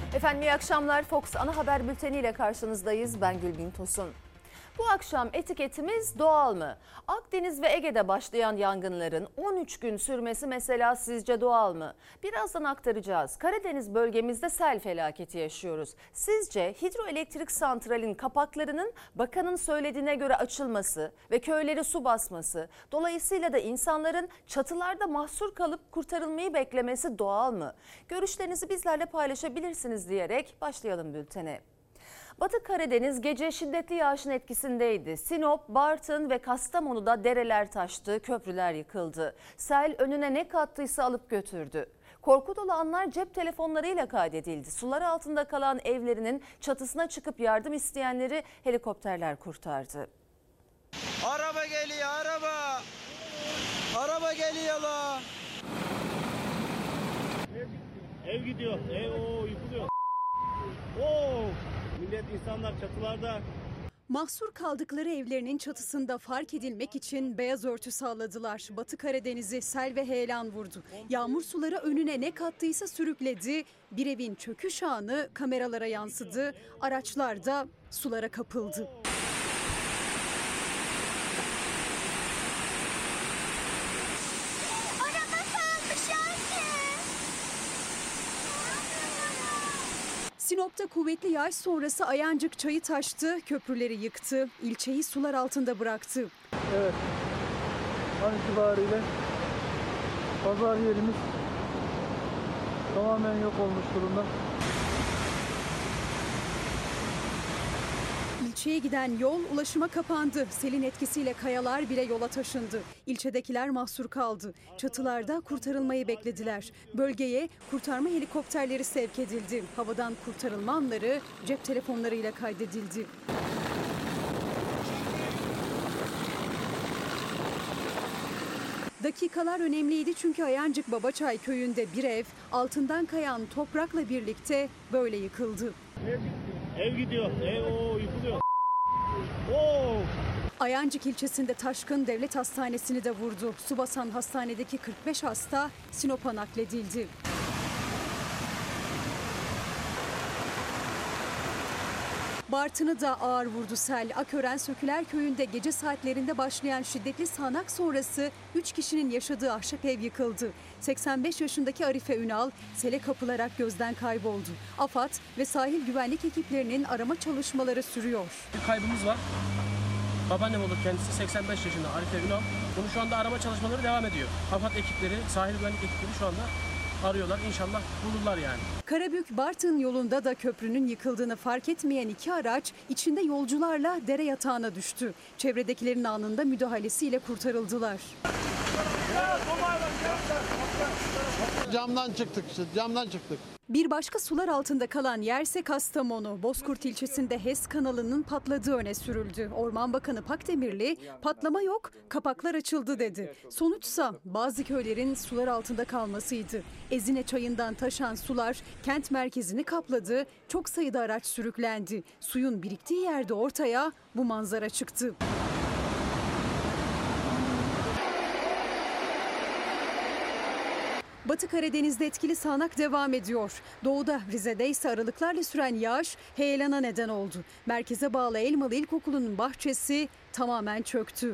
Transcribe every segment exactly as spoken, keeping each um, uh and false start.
Efendim iyi akşamlar. Fox Ana Haber Bülteni ile karşınızdayız. Ben Gülbin Tosun. Bu akşam etiketimiz doğal mı? Akdeniz ve Ege'de başlayan yangınların on üç gün sürmesi mesela sizce doğal mı? Birazdan aktaracağız. Karadeniz bölgemizde sel felaketi yaşıyoruz. Sizce hidroelektrik santralin kapaklarının bakanın söylediğine göre açılması ve köyleri su basması, dolayısıyla da insanların çatılarda mahsur kalıp kurtarılmayı beklemesi doğal mı? Görüşlerinizi bizlerle paylaşabilirsiniz diyerek başlayalım bültene. Batı Karadeniz gece şiddetli yağışın etkisindeydi. Sinop, Bartın ve Kastamonu'da dereler taştı, köprüler yıkıldı. Sel önüne ne kattıysa alıp götürdü. Korku dolu anlar cep telefonlarıyla kaydedildi. Sular altında kalan evlerinin çatısına çıkıp yardım isteyenleri helikopterler kurtardı. Araba geliyor, araba. Araba geliyor la. Ev gidiyor, ev o yıkılıyor. Oo! Millet, insanlar çatılarda. Mahsur kaldıkları evlerinin çatısında fark edilmek için beyaz örtü sağladılar. Batı Karadeniz'i sel ve heyelan vurdu. Yağmur suları önüne ne kattıysa sürükledi. Bir evin çöküş anı kameralara yansıdı. Araçlar da sulara kapıldı. Sinop'ta kuvvetli yağış sonrası Ayancık çayı taştı, köprüleri yıktı, ilçeyi sular altında bıraktı. Evet, an itibariyle pazar yerimiz tamamen yok olmuş durumda. İlçeye giden yol ulaşıma kapandı. Selin etkisiyle kayalar bile yola taşındı. İlçedekiler mahsur kaldı. Çatılarda kurtarılmayı beklediler. Bölgeye kurtarma helikopterleri sevk edildi. Havadan kurtarılma anları cep telefonlarıyla kaydedildi. Dakikalar önemliydi çünkü Ayancık Babaçay köyünde bir ev altından kayan toprakla birlikte böyle yıkıldı. Ev gidiyor, ev o yıkılıyor. Oo! Ayancık ilçesinde taşkın devlet hastanesini de vurdu. Su basan hastanedeki kırk beş hasta Sinop'a nakledildi. Bartın'ı da ağır vurdu sel. Akören Söküler köyünde gece saatlerinde başlayan şiddetli sağanak sonrası üç kişinin yaşadığı ahşap ev yıkıldı. seksen beş yaşındaki Arife Ünal sele kapılarak gözden kayboldu. AFAD ve sahil güvenlik ekiplerinin arama çalışmaları sürüyor. Bir kaybımız var. Babaannem olur kendisi, seksen beş yaşında Arife Ünal. Bunu şu anda arama çalışmaları devam ediyor. AFAD ekipleri, sahil güvenlik ekipleri şu anda arıyorlar. İnşallah bulurlar yani. Karabük-Bartın yolunda da köprünün yıkıldığını fark etmeyen iki araç içinde yolcularla dere yatağına düştü. Çevredekilerin anında müdahalesiyle kurtarıldılar. Camdan çıktık işte, camdan çıktık. Bir başka sular altında kalan yerse Kastamonu. Bozkurt ilçesinde HES kanalının patladığı öne sürüldü. Orman Bakanı Pakdemirli patlama yok, kapaklar açıldı dedi. Sonuçsa bazı köylerin sular altında kalmasıydı. Ezine çayından taşan sular kent merkezini kapladı. Çok sayıda araç sürüklendi. Suyun biriktiği yerde ortaya bu manzara çıktı. Batı Karadeniz'de etkili sağanak devam ediyor. Doğuda, Rize'de ise aralıklarla süren yağış heyelana neden oldu. Merkeze bağlı Elmalı İlkokulu'nun bahçesi tamamen çöktü.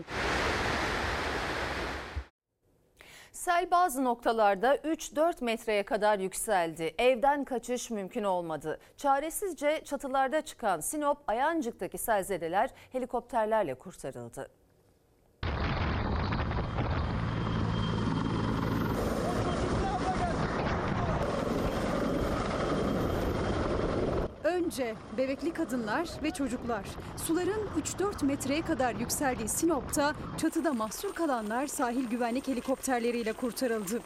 Sel bazı noktalarda üç dört metreye kadar yükseldi. Evden kaçış mümkün olmadı. Çaresizce çatılarda çıkan Sinop, Ayancık'taki selzedeler helikopterlerle kurtarıldı. Önce bebekli kadınlar ve çocuklar. Suların üç dört metreye kadar yükseldiği Sinop'ta çatıda mahsur kalanlar sahil güvenlik helikopterleriyle kurtarıldı.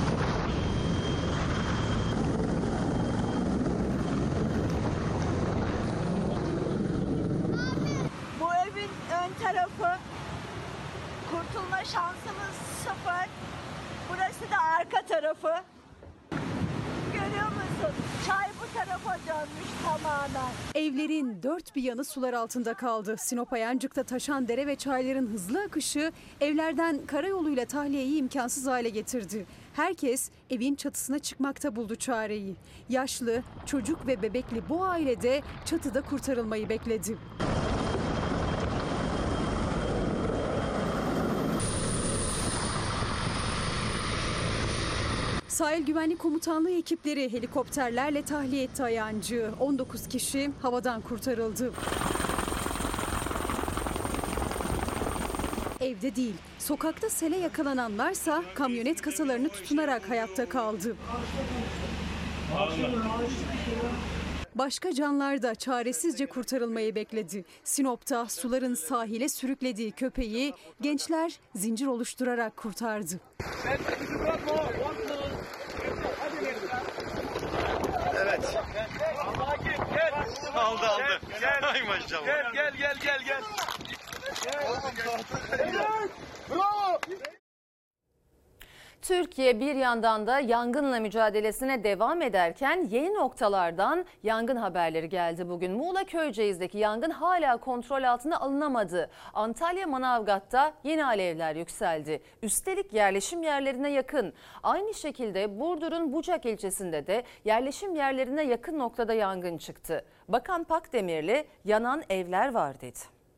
Bu evin ön tarafı, kurtulma şansımız sıfır. Burası da arka tarafı. Görüyor musun? Çay bu tarafa dönmüş tamamen. Evlerin dört bir yanı sular altında kaldı. Sinop Ayancık'ta taşan dere ve çayların hızlı akışı evlerden karayoluyla tahliyeyi imkansız hale getirdi. Herkes evin çatısına çıkmakta buldu çareyi. Yaşlı, çocuk ve bebekli bu ailede çatıda kurtarılmayı bekledi. Sahil Güvenlik Komutanlığı ekipleri helikopterlerle tahliye etti Ayancık'ı. on dokuz kişi havadan kurtarıldı. Evde değil, sokakta sele yakalananlarsa kamyonet kasalarını tutunarak hayatta kaldı. Başka canlar da çaresizce kurtarılmayı bekledi. Sinop'ta suların sahile sürüklediği köpeği gençler zincir oluşturarak kurtardı. Evet. Aldı aldı. Ay maşallah. Gel gel gel gel gel. Bravo. Türkiye bir yandan da yangınla mücadelesine devam ederken yeni noktalardan yangın haberleri geldi bugün. Muğla Köyceğiz'deki yangın hala kontrol altına alınamadı. Antalya Manavgat'ta yeni alevler yükseldi. Üstelik yerleşim yerlerine yakın. Aynı şekilde Burdur'un Bucak ilçesinde de yerleşim yerlerine yakın noktada yangın çıktı. Bakan Pakdemirli yanan evler var dedi.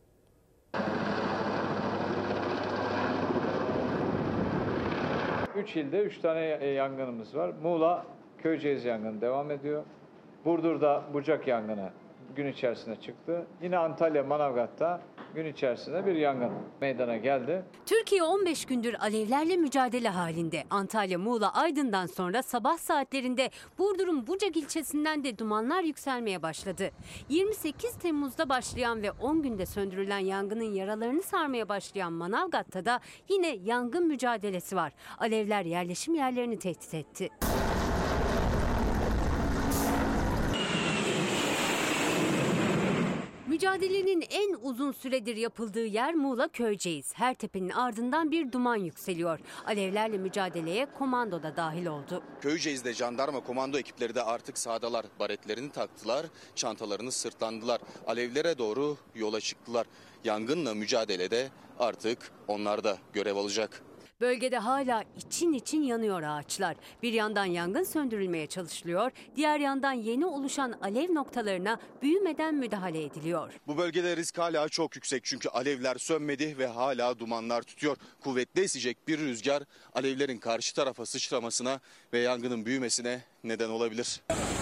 Üç ilde üç tane yangınımız var. Muğla Köyceğiz yangını devam ediyor. Burdur'da Bucak yangını gün içerisinde çıktı. Yine Antalya Manavgat'ta gün içerisinde bir yangın meydana geldi. Türkiye on beş gündür alevlerle mücadele halinde. Antalya, Muğla, Aydın'dan sonra sabah saatlerinde Burdur'un Bucak ilçesinden de dumanlar yükselmeye başladı. yirmi sekiz Temmuz'da başlayan ve on günde söndürülen yangının yaralarını sarmaya başlayan Manavgat'ta da yine yangın mücadelesi var. Alevler yerleşim yerlerini tehdit etti. Mücadelenin en uzun süredir yapıldığı yer Muğla Köyceğiz. Her tepenin ardından bir duman yükseliyor. Alevlerle mücadeleye komando da dahil oldu. Köyceğiz'de jandarma komando ekipleri de artık sahadalar. Baretlerini taktılar, çantalarını sırtlandılar. Alevlere doğru yola çıktılar. Yangınla mücadelede artık onlar da görev alacak. Bölgede hala için için yanıyor ağaçlar. Bir yandan yangın söndürülmeye çalışılıyor, diğer yandan yeni oluşan alev noktalarına büyümeden müdahale ediliyor. Bu bölgede risk hala çok yüksek çünkü alevler sönmedi ve hala dumanlar tutuyor. Kuvvetli esecek bir rüzgar alevlerin karşı tarafa sıçramasına ve yangının büyümesine neden olabilir.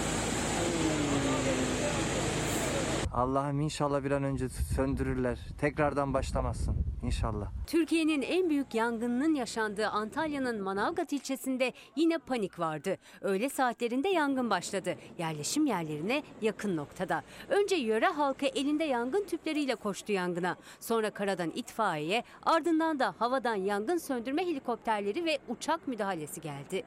Allah'ım inşallah bir an önce söndürürler. Tekrardan başlamazsın inşallah. Türkiye'nin en büyük yangınının yaşandığı Antalya'nın Manavgat ilçesinde yine panik vardı. Öğle saatlerinde yangın başladı. Yerleşim yerlerine yakın noktada. Önce yöre halkı elinde yangın tüpleriyle koştu yangına. Sonra karadan itfaiye, ardından da havadan yangın söndürme helikopterleri ve uçak müdahalesi geldi.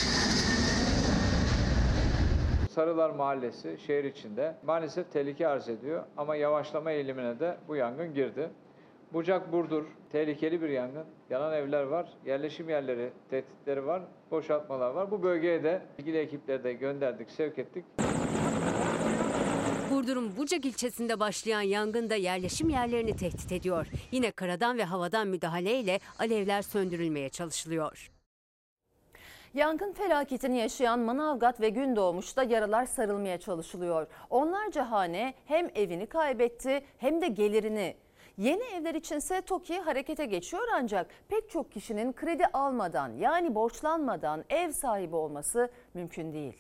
Sarılar Mahallesi şehir içinde maalesef tehlike arz ediyor ama yavaşlama eğilimine de bu yangın girdi. Bucak Burdur tehlikeli bir yangın. Yanan evler var, yerleşim yerleri tehditleri var, boşaltmalar var. Bu bölgeye de ilgili ekipleri de gönderdik, sevk ettik. Burdur'un Bucak ilçesinde başlayan yangın da yerleşim yerlerini tehdit ediyor. Yine karadan ve havadan müdahaleyle alevler söndürülmeye çalışılıyor. Yangın felaketini yaşayan Manavgat ve Gündoğmuş'ta yaralar sarılmaya çalışılıyor. Onlarca hane hem evini kaybetti hem de gelirini. Yeni evler içinse TOKİ harekete geçiyor ancak pek çok kişinin kredi almadan yani borçlanmadan ev sahibi olması mümkün değil.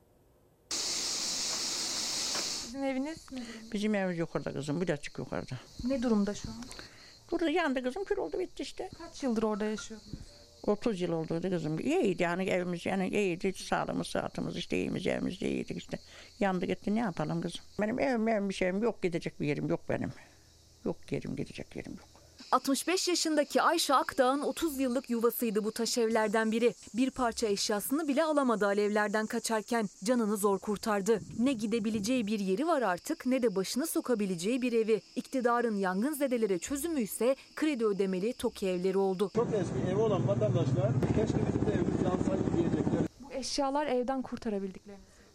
Sizin eviniz mi? Bizim evimiz yukarıda kızım, birazcık yukarıda. Ne durumda şu an? Burada yandı kızım, kül oldu bitti işte. Kaç yıldır orada yaşıyorsunuz? otuz yıl oldu kızım. İyiydi yani evimiz, yani iyiydi. Sağlığımız, sıhhatimiz işte iyiyimiz, evimiz de iyiydi işte. Yandı gitti, ne yapalım kızım. Benim evim, evim bir şeyim yok, gidecek bir yerim yok benim. Yok yerim, gidecek yerim yok. altmış beş yaşındaki Ayşe Akdağ'ın otuz yıllık yuvasıydı bu taş evlerden biri. Bir parça eşyasını bile alamadı alevlerden kaçarken, canını zor kurtardı. Ne gidebileceği bir yeri var artık ne de başını sokabileceği bir evi. İktidarın yangınzedelere çözümü ise kredi ödemeli TOKİ evleri oldu. Çok eski evi olan vatandaşlar keşke bizim de evimiz yansaydı diyecekler. Bu eşyalar evden kurtarabildikleriniz.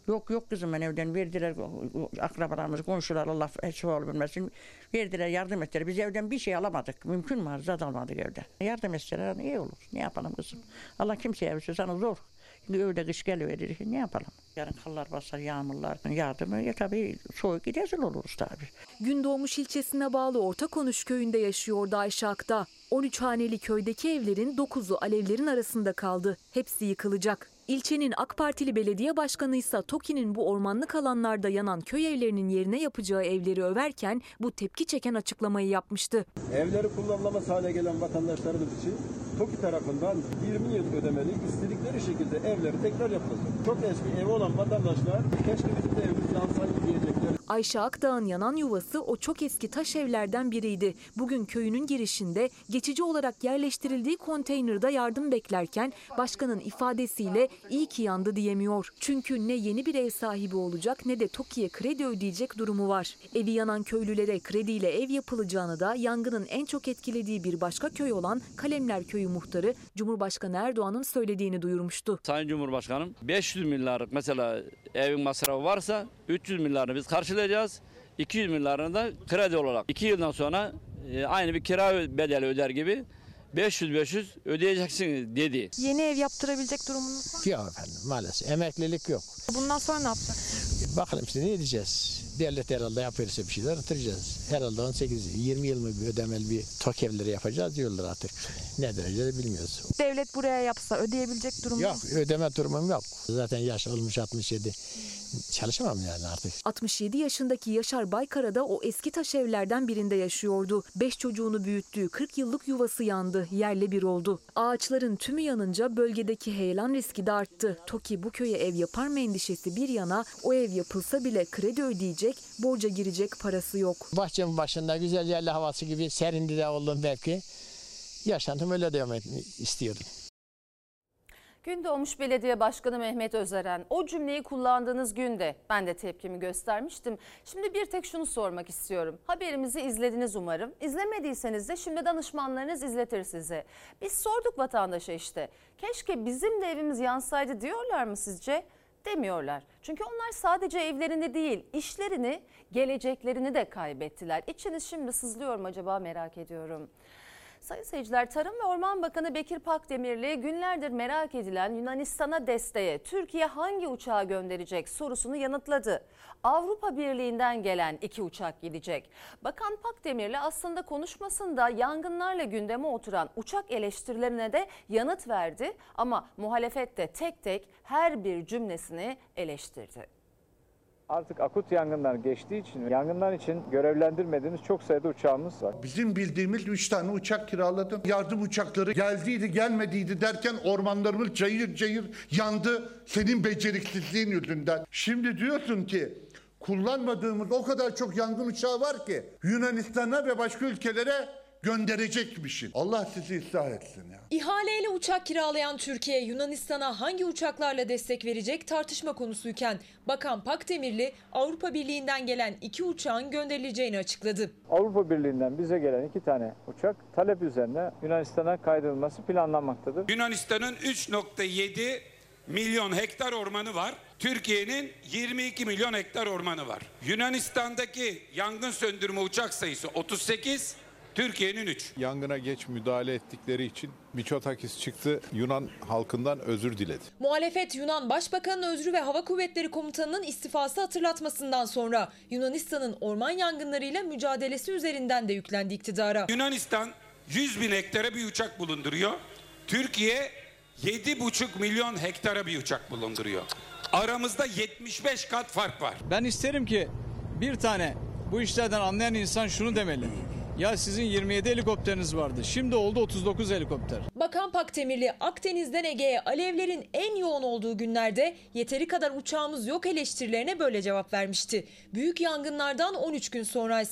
Yok yok kızım, ben evden verdiler, akrabalarımız, komşular, Allah hiç oğlu bilmesin, verdiler, yardım ettiler. Biz evden bir şey alamadık. Mümkün mü? Zat almadık evde. Yardım etseler iyi olur. Ne yapalım kızım? Allah kimseye verse sana zor. Öyle kış geliverir. Ne yapalım? Yarın kallar basar, yağmurlar, yardımı ya tabii soğuk gidezil oluruz tabii. Gündoğmuş ilçesine bağlı Ortakonuş köyünde yaşıyordu Ayşe Akdağ. on üç haneli köydeki evlerin dokuzu alevlerin arasında kaldı. Hepsi yıkılacak. İlçenin AK Partili belediye başkanı ise TOKİ'nin bu ormanlık alanlarda yanan köy evlerinin yerine yapacağı evleri överken bu tepki çeken açıklamayı yapmıştı. Evleri kullanılamaz hale gelen vatandaşlarımız için TOKİ tarafından yirmi yıl ödemeli, istedikleri şekilde evleri tekrar yapılacak. Çok eski evi olan vatandaşlar keşke bizim de evimiz yansaydı diyecekler. Ayşe Akdağ'ın yanan yuvası o çok eski taş evlerden biriydi. Bugün köyünün girişinde geçici olarak yerleştirildiği konteynerde yardım beklerken başkanın ifadesiyle iyi ki yandı diyemiyor. Çünkü ne yeni bir ev sahibi olacak ne de TOKİ'ye kredi ödeyecek durumu var. Evi yanan köylülere krediyle ev yapılacağını da yangının en çok etkilediği bir başka köy olan Kalemler Köyü muhtarı Cumhurbaşkanı Erdoğan'ın söylediğini duyurmuştu. Sayın Cumhurbaşkanım, beş yüz milyarlık mesela evin masrafı varsa üç yüz milyarını biz karşılayacağız. iki yüz milyarını da kredi olarak iki yıldan sonra e, aynı bir kira bedeli öder gibi beş yüz beş yüz ödeyeceksiniz dedi. Yeni ev yaptırabilecek durumunuz var mı? Yok efendim, maalesef emeklilik yok. Bundan sonra ne yapacak? Bakalım işte ne edeceğiz? Devlet herhalde yapıyorsa bir şeyler yatıracağız. Herhalde on sekiz yirmi yıl mı bir ödemeli bir TOKİ evleri yapacağız diyorlar artık. Ne derecede bilmiyoruz. Devlet buraya yapsa ödeyebilecek durumu yok. Ödeme durumum yok. Zaten yaş olmuş altmış yedi. Çalışamam yani artık. altmış yedi yaşındaki Yaşar Baykara da o eski taş evlerden birinde yaşıyordu. beş çocuğunu büyüttüğü kırk yıllık yuvası yandı, yerle bir oldu. Ağaçların tümü yanınca bölgedeki heyelan riski de arttı. TOKİ bu köye ev yapar mı endişesi bir yana, o ev yapılsa bile kredi ödeyecek, borca girecek parası yok. Bahçemin başında güzel yerli havası gibi serindi de oldum belki. Yaşantım öyle devam etmeyi istiyordum. Gündoğmuş Belediye Başkanı Mehmet Özeren, o cümleyi kullandığınız günde ben de tepkimi göstermiştim. Şimdi bir tek şunu sormak istiyorum. Haberimizi izlediniz umarım. İzlemediyseniz de şimdi danışmanlarınız izletir size. Biz sorduk vatandaşa işte. Keşke bizim de evimiz yansaydı diyorlar mı sizce? Demiyorlar. Çünkü onlar sadece evlerini değil, işlerini, geleceklerini de kaybettiler. İçiniz şimdi sızlıyor mu acaba merak ediyorum. Sayın seyirciler, Tarım ve Orman Bakanı Bekir Pakdemirli günlerdir merak edilen Yunanistan'a desteğe Türkiye hangi uçağı gönderecek sorusunu yanıtladı. Avrupa Birliği'nden gelen iki uçak gidecek. Bakan Pakdemirli aslında konuşmasında yangınlarla gündeme oturan uçak eleştirilerine de yanıt verdi. Ama muhalefet de tek tek her bir cümlesini eleştirdi. Artık akut yangınlar geçtiği için yangınlar için görevlendirmediğimiz çok sayıda uçağımız var. Bizim bildiğimiz üç tane uçak kiraladım. Yardım uçakları geldiydi gelmediydi derken ormanlarımız cayır cayır yandı senin beceriksizliğin yüzünden. Şimdi diyorsun ki kullanmadığımız o kadar çok yangın uçağı var ki Yunanistan'a ve başka ülkelere gönderecekmişsin. Allah sizi ıslah etsin ya. İhaleyle uçak kiralayan Türkiye Yunanistan'a hangi uçaklarla destek verecek tartışma konusuyken Bakan Pakdemirli Avrupa Birliği'nden gelen iki uçağın gönderileceğini açıkladı. Avrupa Birliği'nden bize gelen iki tane uçak talep üzerine Yunanistan'a kaydırılması planlanmaktadır. Yunanistan'ın üç nokta yedi milyon hektar ormanı var. Türkiye'nin yirmi iki milyon hektar ormanı var. Yunanistan'daki yangın söndürme uçak sayısı otuz sekiz, Türkiye'nin üç. Yangına geç müdahale ettikleri için Mitsotakis çıktı, Yunan halkından özür diledi. Muhalefet Yunan Başbakanı'nın özrü ve Hava Kuvvetleri Komutanı'nın istifası hatırlatmasından sonra Yunanistan'ın orman yangınlarıyla mücadelesi üzerinden de yüklendi iktidara. Yunanistan yüz bin hektara bir uçak bulunduruyor. Türkiye yedi buçuk milyon hektara bir uçak bulunduruyor. Aramızda yetmiş beş kat fark var. Ben isterim ki bir tane bu işlerden anlayan insan şunu demeli. Ya sizin yirmi yedi helikopteriniz vardı. Şimdi oldu otuz dokuz helikopter. Bakan Pakdemirli Akdeniz'den Ege'ye alevlerin en yoğun olduğu günlerde yeteri kadar uçağımız yok eleştirilerine böyle cevap vermişti. Büyük yangınlardan on üç gün sonraysa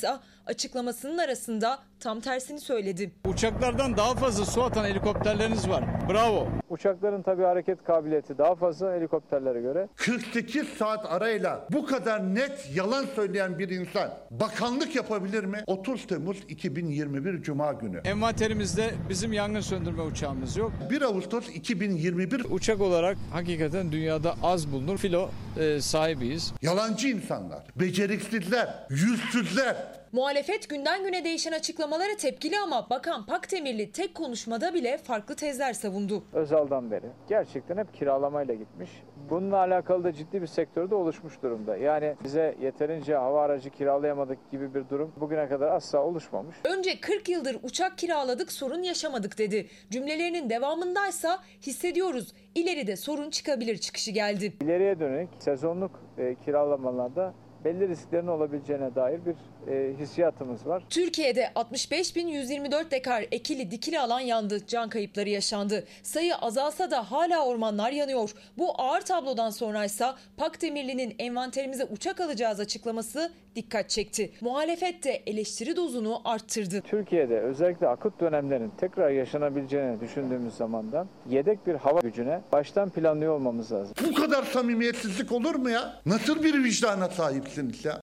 Açıklamasının arasında tam tersini söyledi. Uçaklardan daha fazla su atan helikopterleriniz var. Bravo. Uçakların tabii hareket kabiliyeti daha fazla helikopterlere göre. kırk sekiz saat arayla bu kadar net yalan söyleyen bir insan bakanlık yapabilir mi? otuz Temmuz iki bin yirmi bir Cuma günü. Envanterimizde bizim yangın söndürme uçağımız yok. bir Ağustos iki bin yirmi bir. Uçak olarak hakikaten dünyada az bulunur. Filo e, sahibiyiz. Yalancı insanlar, beceriksizler, yüzsüzler. Muhalefet günden güne değişen açıklamalara tepkili ama Bakan Pakdemirli tek konuşmada bile farklı tezler savundu. Özal'dan beri gerçekten hep kiralamayla gitmiş. Bununla alakalı da ciddi bir sektörde oluşmuş durumda. Yani bize yeterince hava aracı kiralayamadık gibi bir durum bugüne kadar asla oluşmamış. Önce kırk yıldır uçak kiraladık, sorun yaşamadık dedi. Cümlelerinin devamındaysa hissediyoruz, ileride sorun çıkabilir çıkışı geldi. İleriye dönük sezonluk e, kiralamalarda belli risklerin olabileceğine dair bir e, hissiyatımız var. Türkiye'de altmış beş bin yüz yirmi dört dekar ekili dikili alan yandı. Can kayıpları yaşandı. Sayı azalsa da hala ormanlar yanıyor. Bu ağır tablodan sonraysa Pakdemirli'nin envanterimize uçak alacağız açıklaması dikkat çekti. Muhalefet de eleştiri dozunu arttırdı. Türkiye'de özellikle akut dönemlerin tekrar yaşanabileceğini düşündüğümüz zamanda yedek bir hava gücüne baştan planlıyor olmamız lazım. Bu kadar samimiyetsizlik olur mu ya? Nasıl bir vicdana sahipsiniz ya?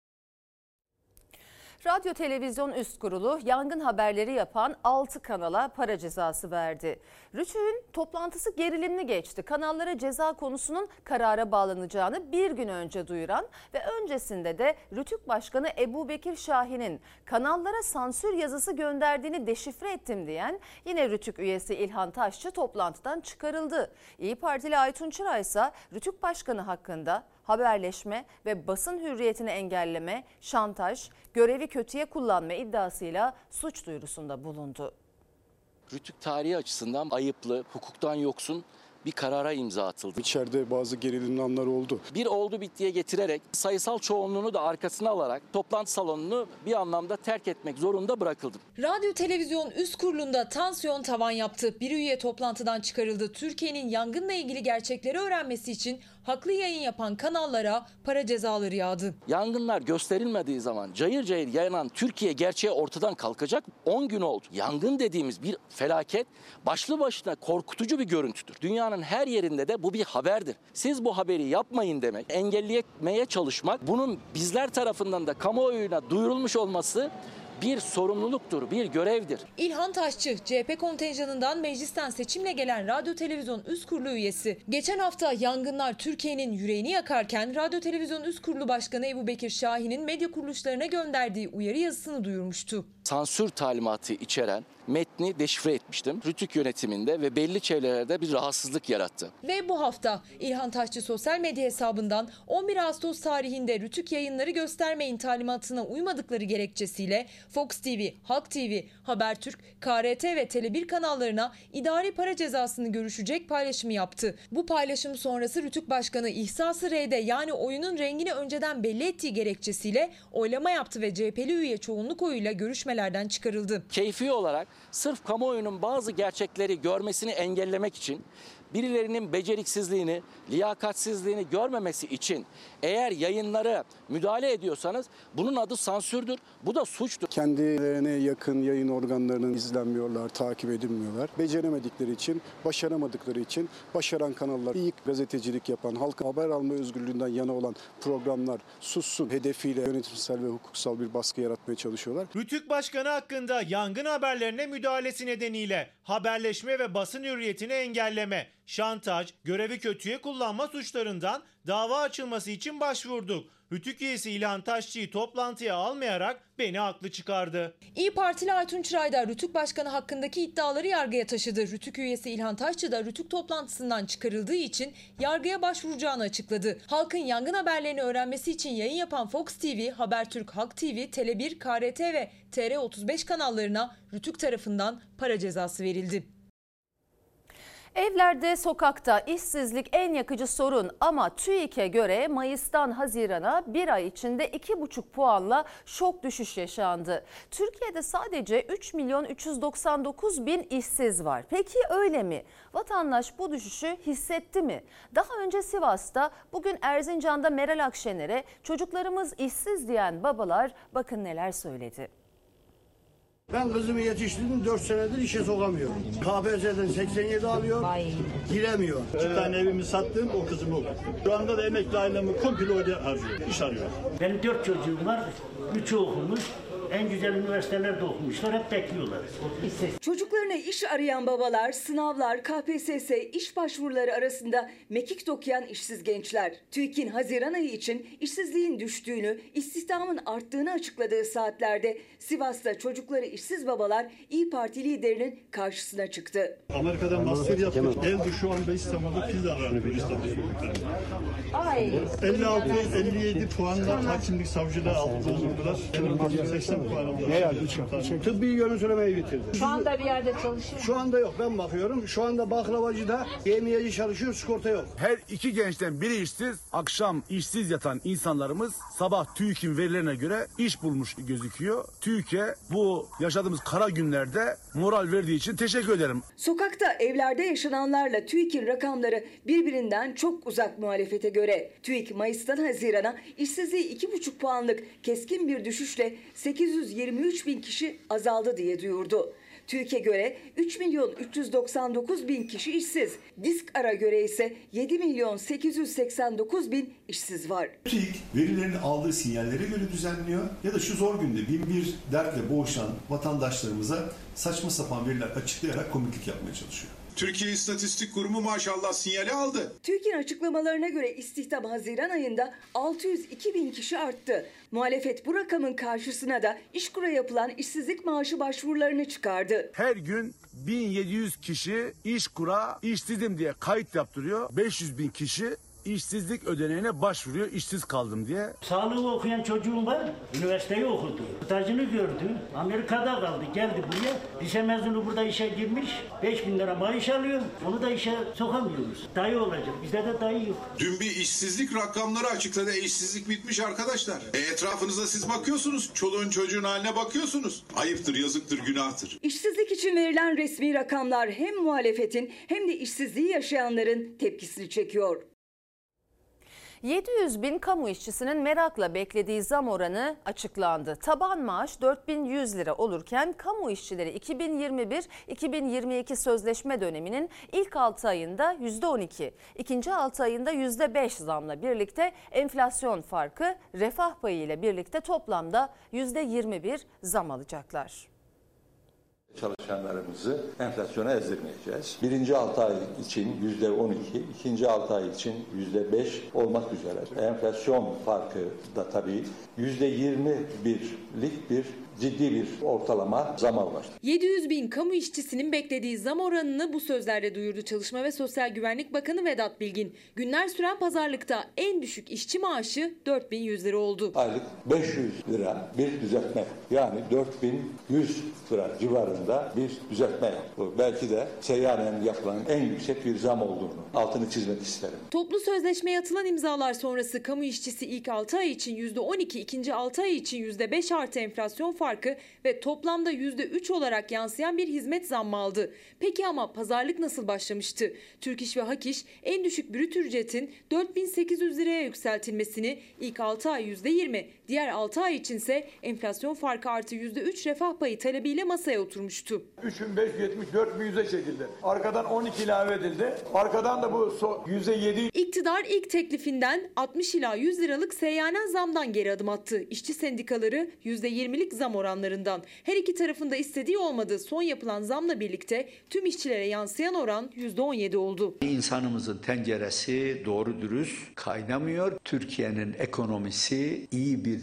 Radyo Televizyon Üst Kurulu yangın haberleri yapan altı kanala para cezası verdi. RTÜK'ün toplantısı gerilimli geçti. Kanallara ceza konusunun karara bağlanacağını bir gün önce duyuran ve öncesinde de RTÜK Başkanı Ebubekir Şahin'in kanallara sansür yazısı gönderdiğini deşifre ettim diyen yine RTÜK üyesi İlhan Taşçı toplantıdan çıkarıldı. İYİ Partili Aytun Çıray ise RTÜK Başkanı hakkında haberleşme ve basın hürriyetini engelleme, şantaj, görevi kötüye kullanma iddiasıyla suç duyurusunda bulundu. RTÜK tarihi açısından ayıplı, hukuktan yoksun bir karara imza atıldı. İçeride bazı gerilimli anlar oldu. Bir oldu bittiye getirerek sayısal çoğunluğunu da arkasına alarak toplantı salonunu bir anlamda terk etmek zorunda bırakıldım. Radyo Televizyon Üst Kurulu'nda tansiyon tavan yaptı. Bir üye toplantıdan çıkarıldı. Türkiye'nin yangınla ilgili gerçekleri öğrenmesi için haklı yayın yapan kanallara para cezaları yağdı. Yangınlar gösterilmediği zaman cayır cayır yanan Türkiye gerçeği ortadan kalkacak. on gün oldu. Yangın dediğimiz bir felaket başlı başına korkutucu bir görüntüdür. Dünyanın her yerinde de bu bir haberdir. Siz bu haberi yapmayın demek, engellemeye çalışmak, bunun bizler tarafından da kamuoyuna duyurulmuş olması bir sorumluluktur, bir görevdir. İlhan Taşçı, C H P kontenjanından meclisten seçimle gelen Radyo Televizyon Üst Kurulu üyesi. Geçen hafta yangınlar Türkiye'nin yüreğini yakarken Radyo Televizyon Üst Kurulu Başkanı Ebubekir Şahin'in medya kuruluşlarına gönderdiği uyarı yazısını duyurmuştu. Sansür talimatı içeren metni deşifre etmiştim. RTÜK yönetiminde ve belli çevrelerde bir rahatsızlık yarattı. Ve bu hafta İlhan Taşçı sosyal medya hesabından on bir Ağustos tarihinde RTÜK yayınları göstermeyin talimatına uymadıkları gerekçesiyle Fox T V, Halk T V, Habertürk, K R T ve Tele bir kanallarına idari para cezasını görüşecek paylaşımı yaptı. Bu paylaşım sonrası RTÜK Başkanı İhsas-ı R'de yani oyunun rengini önceden belli ettiği gerekçesiyle oylama yaptı ve C H P'li üye çoğunluk oyuyla görüşmelerden çıkarıldı. Keyfi olarak sırf kamuoyunun bazı gerçekleri görmesini engellemek için, birilerinin beceriksizliğini, liyakatsizliğini görmemesi için eğer yayınlara müdahale ediyorsanız bunun adı sansürdür. Bu da suçtur. Kendilerine yakın yayın organlarının izlenmiyorlar, takip edilmiyorlar. Beceremedikleri için, başaramadıkları için başaran kanallar, iyi gazetecilik yapan, halkın haber alma özgürlüğünden yana olan programlar sussun hedefiyle yönetimsel ve hukuksal bir baskı yaratmaya çalışıyorlar. RTÜK Başkanı hakkında yangın haberlerine müdahalesi nedeniyle haberleşme ve basın hürriyetini engelleme, şantaj, görevi kötüye kullanma suçlarından dava açılması için başvurduk. RTÜK üyesi İlhan Taşçı'yı toplantıya almayarak beni haklı çıkardı. İYİ Partili Aytun Çıray da RTÜK Başkanı hakkındaki iddiaları yargıya taşıdı. RTÜK üyesi İlhan Taşçı da RTÜK toplantısından çıkarıldığı için yargıya başvuracağını açıkladı. Halkın yangın haberlerini öğrenmesi için yayın yapan Fox T V, Habertürk, Halk T V, Tele bir, K R T ve T R otuz beş kanallarına RTÜK tarafından para cezası verildi. Evlerde, sokakta işsizlik en yakıcı sorun ama TÜİK'e göre Mayıs'tan Haziran'a bir ay içinde iki buçuk puanla şok düşüş yaşandı. Türkiye'de sadece üç milyon üç yüz doksan dokuz bin işsiz var. Peki öyle mi? Vatandaş bu düşüşü hissetti mi? Daha önce Sivas'ta, bugün Erzincan'da Meral Akşener'e çocuklarımız işsiz diyen babalar bakın neler söyledi. Ben kızımı yetiştirdim, dört senedir işe sokamıyorum. K P S S'den seksen yedi alıyor, giremiyor. İki tane evimi sattım, o kızımı okuttum. Şu anda da emekli ailemi komple oraya harcıyor, iş arıyor. Benim dört çocuğum var, üçü okumuş. En güzel üniversitelerde okumuşlar, hep bekliyorlar. Çocuklarına iş arayan babalar, sınavlar, K P S S, iş başvuruları arasında mekik dokuyan işsiz gençler. TÜİK'in Haziran ayı için işsizliğin düştüğünü, istihdamın arttığını açıkladığı saatlerde Sivas'ta çocukları işsiz babalar İYİ Parti liderinin karşısına çıktı. Amerika'dan master yaptık, evde şu anda İstanbul'da pizza aranıyor. elli altı elli yedi puanla hakimlik savcılığı altında bulundular. seksen puan aldılar. Ne yazdı? Tıbbi görüntülemeyi bitirdi. Şu anda bir yerde çalışıyor. Şu anda yok, ben bakıyorum. Şu anda baklavacıda yemiyeci çalışıyor, sigorta yok. Her iki gençten biri işsiz, akşam işsiz yatan insanlarımız sabah TÜİK'in verilerine göre iş bulmuş gözüküyor. TÜİK'e bu yaşadığımız kara günlerde moral verdiği için teşekkür ederim. Sokakta, evlerde yaşananlarla TÜİK'in rakamları birbirinden çok uzak muhalefete göre. TÜİK Mayıs'tan Haziran'a işsizliği iki buçuk puanlık keskin bir düşüşle sekiz yüz yirmi üç bin kişi azaldı diye duyurdu. TÜİK'e göre üç milyon üç yüz doksan dokuz bin kişi işsiz. Diskar'a göre ise yedi milyon sekiz yüz seksen dokuz bin işsiz var. TÜİK verilerini aldığı sinyallere göre düzenliyor ya da şu zor günde bin bir dertle boğuşan vatandaşlarımıza saçma sapan veriler açıklayarak komiklik yapmaya çalışıyor. Türkiye İstatistik Kurumu maşallah sinyali aldı. TÜİK'in açıklamalarına göre istihdam Haziran ayında altı yüz iki bin kişi arttı. Muhalefet bu rakamın karşısına da İşkur'a yapılan işsizlik maaşı başvurularını çıkardı. Her gün bin yedi yüz kişi İşkur'a işsizim diye kayıt yaptırıyor. beş yüz bin kişi işsizlik ödeneğine başvuruyor, işsiz kaldım diye. Sağlığı okuyan çocuğum var, üniversiteyi okudu. Stajını gördü, Amerika'da kaldı, geldi buraya. Lise mezunu burada işe girmiş, beş bin lira maaş alıyor. Onu da işe sokamıyoruz. Dayı olacak, bizde de dayı yok. Dün bir işsizlik rakamları açıkladı. E, işsizlik bitmiş arkadaşlar. E, etrafınıza siz bakıyorsunuz, çoluğun çocuğun haline bakıyorsunuz. Ayıptır, yazıktır, günahtır. İşsizlik için verilen resmi rakamlar hem muhalefetin hem de işsizliği yaşayanların tepkisini çekiyor. yedi yüz bin kamu işçisinin merakla beklediği zam oranı açıklandı. Taban maaş dört bin yüz lira olurken kamu işçileri iki bin yirmi bir iki bin yirmi iki sözleşme döneminin ilk altı ayında yüzde on iki, ikinci altı ayında yüzde beş zamla birlikte enflasyon farkı refah payı ile birlikte toplamda yüzde yirmi bir zam alacaklar. Çalışanlarımızı enflasyona ezdirmeyeceğiz. Birinci altı ay için yüzde on iki, ikinci altı ay için yüzde beş olmak üzere. Enflasyon farkı da tabii yüzde yirmi birlik bir ciddi bir ortalama zam almıştır. yedi yüz bin kamu işçisinin beklediği zam oranını bu sözlerle duyurdu Çalışma ve Sosyal Güvenlik Bakanı Vedat Bilgin. Günler süren pazarlıkta en düşük işçi maaşı dört bin yüz lira oldu. Aylık beş yüz lira bir düzeltme, yani dört bin yüz lira civarında bir düzeltme yaptı. Belki de seyyanen yapılan en yüksek bir zam olduğunu altını çizmek isterim. Toplu sözleşmeye atılan imzalar sonrası kamu işçisi ilk altı ay için yüzde on iki, ikinci altı ay için yüzde beş artı enflasyon farkı ve toplamda yüzde üç olarak yansıyan bir hizmet zammı aldı. Peki ama pazarlık nasıl başlamıştı? Türk İş ve Hak İş en düşük brüt ücretin dört bin sekiz yüz liraya yükseltilmesini, ilk altı ay yüzde yirmi, diğer altı ay içinse enflasyon farkı artı yüzde üç refah payı talebiyle masaya oturmuştu. üç bin beş yüz yetmiş dört bin yüze çekildi. Arkadan on iki ilave edildi. Arkadan da bu yüzde yedi. İktidar ilk teklifinden altmış ila yüz liralık seyyanen zamdan geri adım attı. İşçi sendikaları yüzde yirmilik zam oranlarından. Her iki tarafında istediği olmadığı son yapılan zamla birlikte tüm işçilere yansıyan oran yüzde on yedi oldu. İnsanımızın tenceresi doğru dürüst kaynamıyor. Türkiye'nin ekonomisi iyi bir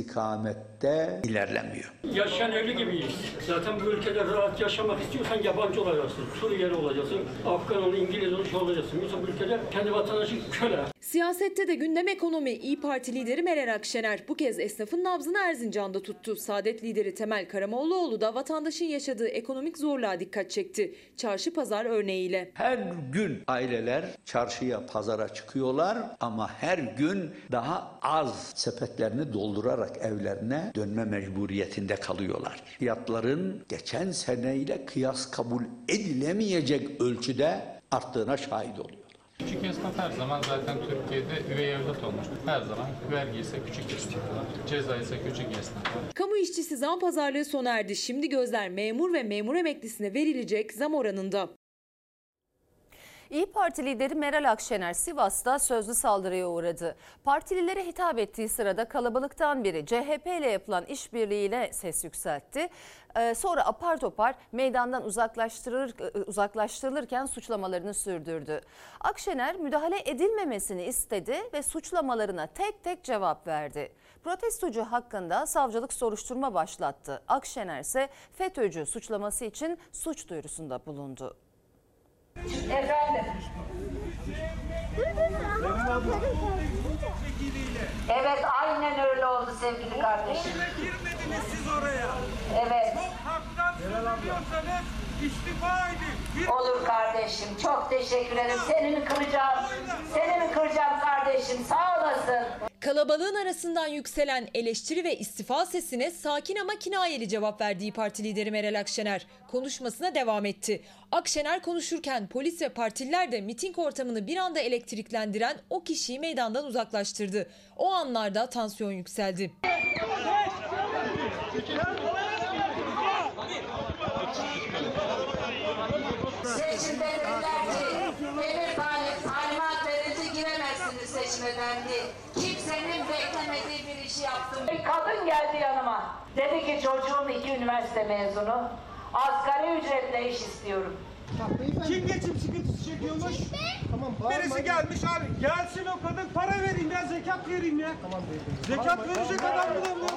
istikamette ilerlemiyor. Yaşayan evli gibiyiz. Zaten bu ülkede rahat yaşamak istiyorsan yabancı olacaksın. Suriyeli olacaksın, Afgan ol, İngiliz ol, şey olacaksın. Yoksa bu ülkede kendi vatandaşın köle. Siyasette de gündem ekonomi. İYİ Parti lideri Meral Akşener bu kez esnafın nabzını Erzincan'da tuttu. Saadet lideri Temel Karamollaoğlu da vatandaşın yaşadığı ekonomik zorluğa dikkat çekti. Çarşı pazar örneğiyle. Her gün aileler çarşıya, pazara çıkıyorlar ama her gün daha az sepetlerini doldurarak evlerine dönme mecburiyetinde kalıyorlar. Fiyatların geçen seneyle kıyas kabul edilemeyecek ölçüde arttığına şahit oluyor. Küçük esnaf her zaman zaten Türkiye'de üvey evlat olmuş. Her zaman vergi ise küçük esnaflar, ceza ise küçük esnaflar. Kamu işçisi zam pazarlığı sona erdi. Şimdi gözler memur ve memur emeklisine verilecek zam oranında. İYİ Parti lideri Meral Akşener Sivas'ta sözlü saldırıya uğradı. Partililere hitap ettiği sırada kalabalıktan biri C H P ile yapılan işbirliğiyle ses yükseltti. Ee, sonra apar topar meydandan uzaklaştırır, uzaklaştırılırken suçlamalarını sürdürdü. Akşener müdahale edilmemesini istedi ve suçlamalarına tek tek cevap verdi. Protestocu hakkında savcılık soruşturma başlattı. Akşener ise FETÖ'cü suçlaması için suç duyurusunda bulundu. Efendim. Evet, aynen öyle oldu sevgili kardeşim. Girmediniz siz oraya. Evet. Çok haktan söylüyorsanız istifa edin. Olur kardeşim, çok teşekkür ederim. Seni mi kıracağım? Seni mi kıracağım kardeşim? Sağ olasın. Kalabalığın arasından yükselen eleştiri ve istifa sesine sakin ama kinayeli cevap verdiği parti lideri Meral Akşener konuşmasına devam etti. Akşener konuşurken polis ve partililer de miting ortamını bir anda elektriklendiren o kişiyi meydandan uzaklaştırdı. O anlarda tansiyon yükseldi. Seçimde dediler ki emir talimat verildi, giremezsiniz seçime dendi. Kimsenin beklemediği bir işi yaptım. Bir kadın geldi yanıma. Dedi ki çocuğum iki üniversite mezunu. Asgari ücretle iş istiyorum. Kim geçim sıkıntısı çekiyormuş? Tamam, birisi gelmiş abi. Gelsin o kadın, para vereyim ya, zekat vereyim ya. Tamam, zekat verecek adam mı da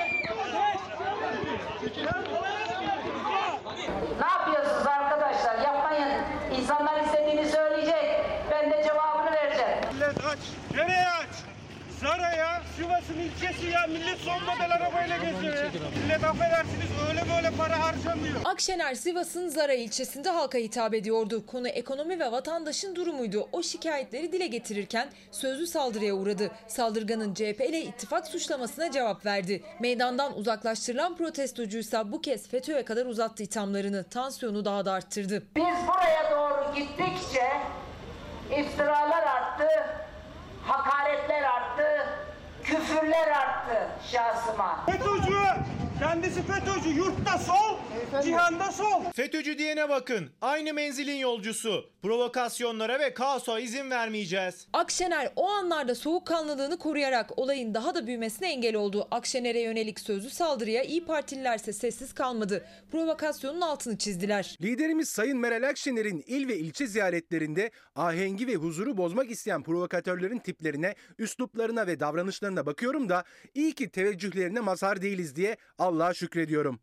Ne yapıyorsunuz arkadaşlar? Yapmayın. İnsanlar istediğini söyleyecek. Ben de cevabını vereceğim. Millet aç. Nereye aç? Zara'ya, Sivas'ın ilçesi ya, millet son model arabayla geziyor ya. Millet affedersiniz öyle böyle para harcamıyor. Akşener Sivas'ın Zara ilçesinde halka hitap ediyordu. Konu ekonomi ve vatandaşın durumuydu. O şikayetleri dile getirirken sözlü saldırıya uğradı. Saldırganın C H P ile ittifak suçlamasına cevap verdi. Meydandan uzaklaştırılan protestocuysa bu kez FETÖ'ye kadar uzattı ithamlarını. Tansiyonu daha da arttırdı. Biz buraya doğru gittikçe iftiralar arttı. Hakaretler arttı, küfürler arttı şahsıma. FETÖ'cü, kendisi FETÖ'cü, yurtta sol, cihanda sol. FETÖ'cü diyene bakın, aynı menzilin yolcusu. Provokasyonlara ve kaosa izin vermeyeceğiz. Akşener o anlarda soğukkanlılığını koruyarak olayın daha da büyümesine engel oldu. Akşener'e yönelik sözlü saldırıya İYİ Partililerse sessiz kalmadı. Provokasyonun altını çizdiler. Liderimiz Sayın Meral Akşener'in il ve ilçe ziyaretlerinde ahengi ve huzuru bozmak isteyen provokatörlerin tiplerine, üsluplarına ve davranışlarına bakıyorum da iyi ki teveccühlerine mazhar değiliz diye Allah'a şükrediyorum.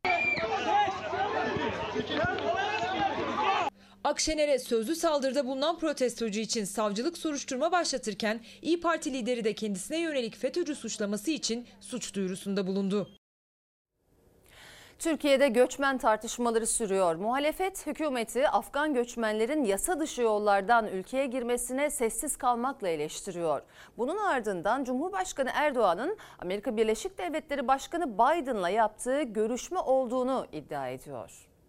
Akşener'e sözlü saldırıda bulunan protestocu için savcılık soruşturma başlatırken İYİ Parti lideri de kendisine yönelik FETÖ'cü suçlaması için suç duyurusunda bulundu. Türkiye'de göçmen tartışmaları sürüyor. Muhalefet hükümeti Afgan göçmenlerin yasa dışı yollardan ülkeye girmesine sessiz kalmakla eleştiriyor. Bunun ardından Cumhurbaşkanı Erdoğan'ın Amerika Birleşik Devletleri Başkanı Biden'la yaptığı görüşme olduğunu iddia ediyor.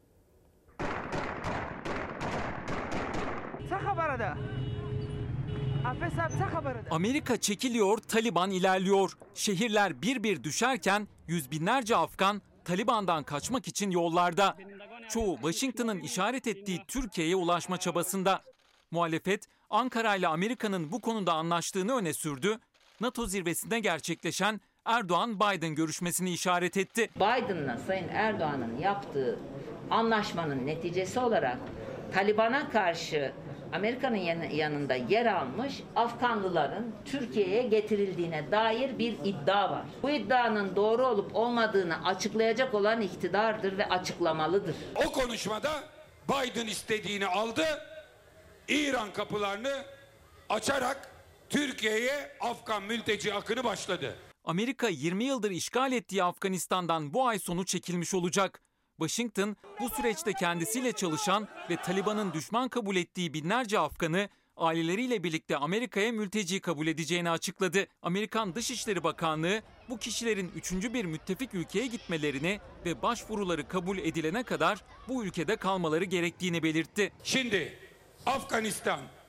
Amerika çekiliyor, Taliban ilerliyor. Şehirler bir bir düşerken yüz binlerce Afgan Taliban'dan kaçmak için yollarda. Çoğu Washington'ın işaret ettiği Türkiye'ye ulaşma çabasında. Muhalefet Ankara ile Amerika'nın bu konuda anlaştığını öne sürdü. NATO zirvesinde gerçekleşen Erdoğan-Biden görüşmesini işaret etti. Biden'la Sayın Erdoğan'ın yaptığı anlaşmanın neticesi olarak Taliban'a karşı Amerika'nın yanında yer almış Afganlıların Türkiye'ye getirildiğine dair bir iddia var. Bu iddianın doğru olup olmadığını açıklayacak olan iktidardır ve açıklamalıdır. O konuşmada Biden istediğini aldı, İran kapılarını açarak Türkiye'ye Afgan mülteci akını başladı. Amerika yirmi yıldır işgal ettiği Afganistan'dan bu ay sonu çekilmiş olacak. Washington bu süreçte kendisiyle çalışan ve Taliban'ın düşman kabul ettiği binlerce Afgan'ı aileleriyle birlikte Amerika'ya mülteci kabul edeceğini açıkladı. Amerikan Dışişleri Bakanlığı bu kişilerin üçüncü bir müttefik ülkeye gitmelerini ve başvuruları kabul edilene kadar bu ülkede kalmaları gerektiğini belirtti. Şimdi Afganistan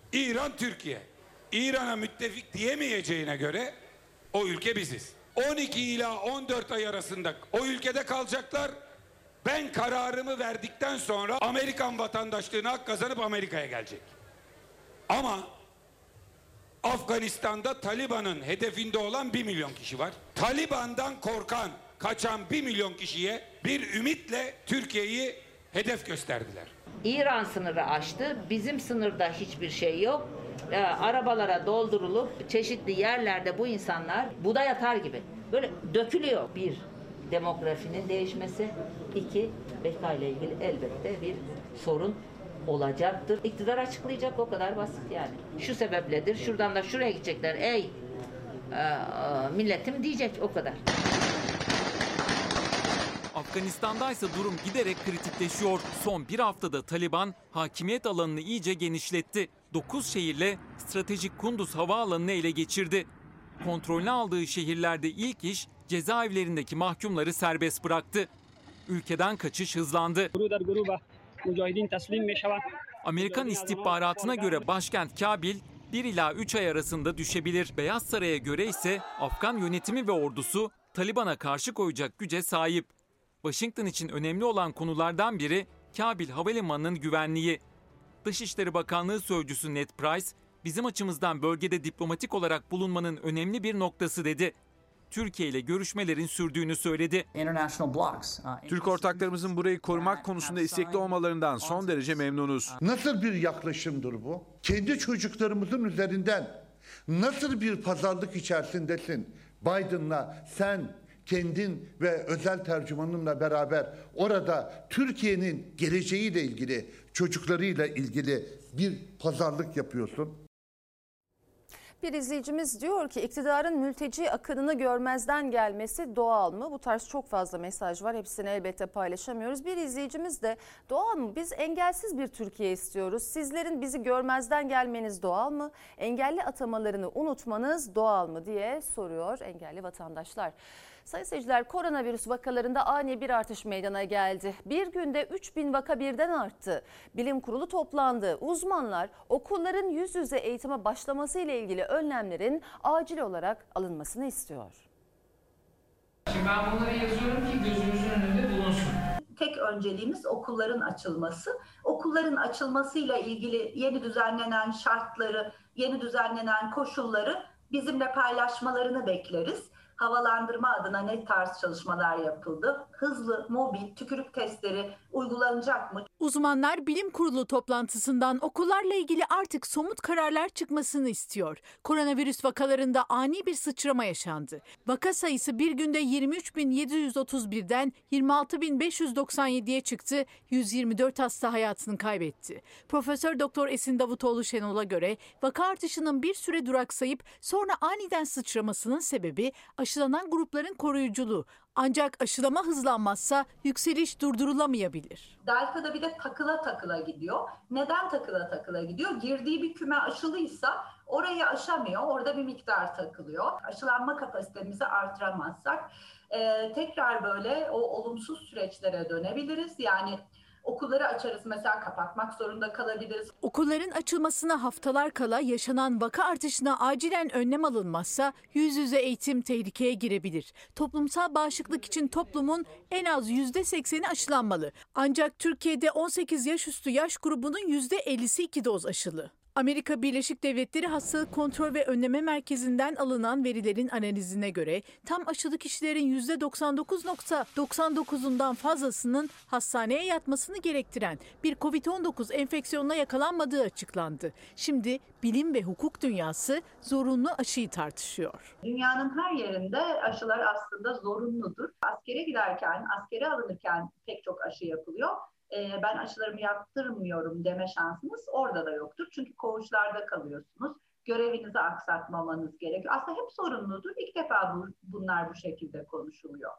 İran Türkiye. İran'a müttefik diyemeyeceğine göre o ülke biziz. on iki ila on dört ay arasında o ülkede kalacaklar. Ben kararımı verdikten sonra Amerikan vatandaşlığına hak kazanıp Amerika'ya gelecek. Ama Afganistan'da Taliban'ın hedefinde olan bir milyon kişi var. Taliban'dan korkan, kaçan bir milyon kişiye bir ümitle Türkiye'yi hedef gösterdiler. İran sınırı aştı. Bizim sınırda hiçbir şey yok. Ee, arabalara doldurulup çeşitli yerlerde bu insanlar buğday atar gibi böyle dökülüyor. Bir, demografinin değişmesi. İki, beka ile ilgili elbette bir sorun olacaktır. İktidar açıklayacak, o kadar basit yani. Şu sebepledir, şuradan da şuraya gidecekler. Ey e, milletim diyecek, o kadar. Afganistan'daysa durum giderek kritikleşiyor. Son bir haftada Taliban hakimiyet alanını iyice genişletti. dokuz şehirle stratejik Kunduz havaalanını ele geçirdi. Kontrolünü aldığı şehirlerde ilk iş cezaevlerindeki mahkumları serbest bıraktı. Ülkeden kaçış hızlandı. Amerikan istihbaratına göre başkent Kabil bir ila üç ay arasında düşebilir. Beyaz Saray'a göre ise Afgan yönetimi ve ordusu Taliban'a karşı koyacak güce sahip. Washington için önemli olan konulardan biri Kabil Havalimanı'nın güvenliği. Dışişleri Bakanlığı Sözcüsü Ned Price, bizim açımızdan bölgede diplomatik olarak bulunmanın önemli bir noktası dedi. Türkiye ile görüşmelerin sürdüğünü söyledi. Türk ortaklarımızın burayı korumak konusunda istekli olmalarından son derece memnunuz. Nasıl bir yaklaşımdır bu? Kendi çocuklarımızın üzerinden nasıl bir pazarlık içerisindesin? Biden'la sen kendin ve özel tercümanınla beraber orada Türkiye'nin geleceğiyle ilgili, çocuklarıyla ilgili bir pazarlık yapıyorsun. Bir izleyicimiz diyor ki iktidarın mülteci akınını görmezden gelmesi doğal mı? Bu tarz çok fazla mesaj var. Hepsini elbette paylaşamıyoruz. Bir izleyicimiz de doğal mı? Biz engelsiz bir Türkiye istiyoruz. Sizlerin bizi görmezden gelmeniz doğal mı? Engelli atamalarını unutmanız doğal mı diye soruyor engelli vatandaşlar. Sayın seyirciler, koronavirüs vakalarında ani bir artış meydana geldi. Bir günde üç bin vaka birden arttı. Bilim kurulu toplandı. Uzmanlar okulların yüz yüze eğitime başlaması ile ilgili önlemlerin acil olarak alınmasını istiyor. Şimdi ben bunları yazıyorum ki gözümüzün önünde bulunsun. Tek önceliğimiz okulların açılması. Okulların açılmasıyla ilgili yeni düzenlenen şartları, yeni düzenlenen koşulları bizimle paylaşmalarını bekleriz. Havalandırma adına ne tarz çalışmalar yapıldı? Hızlı, mobil, tükürük testleri uygulanacak mı? Uzmanlar bilim kurulu toplantısından okullarla ilgili artık somut kararlar çıkmasını istiyor. Koronavirüs vakalarında ani bir sıçrama yaşandı. Vaka sayısı bir günde yirmi üç bin yedi yüz otuz birden yirmi altı bin beş yüz doksan yediye çıktı. yüz yirmi dört hasta hayatını kaybetti. Profesör Doktor Esin Davutoğlu Şenol'a göre vaka artışının bir süre duraksayıp sonra aniden sıçramasının sebebi aşılanan grupların koruyuculuğu. Ancak aşılama hızlanmazsa yükseliş durdurulamayabilir. Delta'da bir de takıla takıla gidiyor. Neden takıla takıla gidiyor? Girdiği bir küme aşılıysa orayı aşamıyor. Orada bir miktar takılıyor. Aşılanma kapasitemizi artıramazsak e, tekrar böyle o olumsuz süreçlere dönebiliriz. Yani okulları açarız, mesela kapatmak zorunda kalabiliriz. Okulların açılmasına haftalar kala yaşanan vaka artışına acilen önlem alınmazsa yüz yüze eğitim tehlikeye girebilir. Toplumsal bağışıklık için toplumun en az yüzde sekseni aşılanmalı. Ancak Türkiye'de on sekiz yaş üstü yaş grubunun yüzde ellisi iki doz aşılı. Amerika Birleşik Devletleri Hastalık Kontrol ve Önleme Merkezi'nden alınan verilerin analizine göre tam aşılı kişilerin yüzde doksan dokuz virgül doksan dokuzundan fazlasının hastaneye yatmasını gerektiren bir kovid on dokuz enfeksiyonuna yakalanmadığı açıklandı. Şimdi bilim ve hukuk dünyası zorunlu aşıyı tartışıyor. Dünyanın her yerinde aşılar aslında zorunludur. Askere giderken, askere alınırken pek çok aşı yapılıyor. Ben aşılarımı yaptırmıyorum deme şansınız orada da yoktur. Çünkü koğuşlarda kalıyorsunuz. Görevinizi aksatmamanız gerekiyor. Aslında hep sorumludur. İlk defa bu, bunlar bu şekilde konuşuluyor.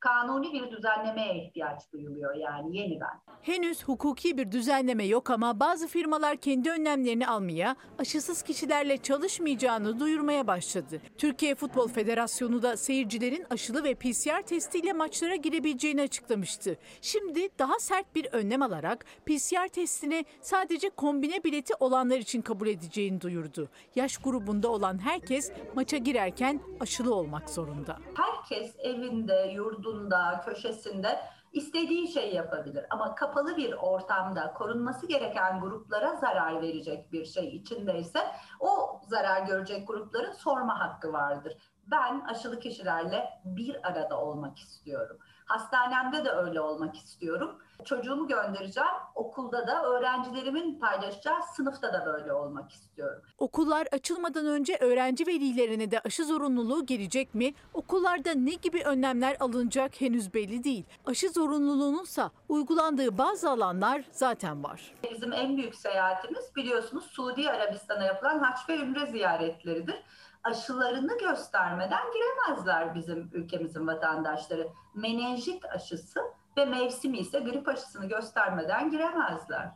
kanuni bir düzenlemeye ihtiyaç duyuluyor yani yeniden. Henüz hukuki bir düzenleme yok ama bazı firmalar kendi önlemlerini almaya, aşısız kişilerle çalışmayacağını duyurmaya başladı. Türkiye Futbol Federasyonu da seyircilerin aşılı ve P C R testiyle maçlara girebileceğini açıklamıştı. Şimdi daha sert bir önlem alarak P C R testini sadece kombine bileti olanlar için kabul edeceğini duyurdu. Yaş grubunda olan herkes maça girerken aşılı olmak zorunda. Herkes evinde, yurdunda, köşesinde istediği şeyi yapabilir. Ama kapalı bir ortamda korunması gereken gruplara zarar verecek bir şey içindeyse o zarar görecek grupların sorma hakkı vardır. Ben aşılı kişilerle bir arada olmak istiyorum. Hastanemde de öyle olmak istiyorum. Çocuğumu göndereceğim. Okulda da öğrencilerimin paylaşacağı sınıfta da böyle olmak istiyorum. Okullar açılmadan önce öğrenci velilerine de aşı zorunluluğu gelecek mi? Okullarda ne gibi önlemler alınacak henüz belli değil. Aşı zorunluluğununsa uygulandığı bazı alanlar zaten var. Bizim en büyük seyahatimiz biliyorsunuz Suudi Arabistan'a yapılan haç ve ümre ziyaretleridir. Aşılarını göstermeden giremezler bizim ülkemizin vatandaşları. Menenjit aşısı ve mevsimi ise grip aşısını göstermeden giremezler.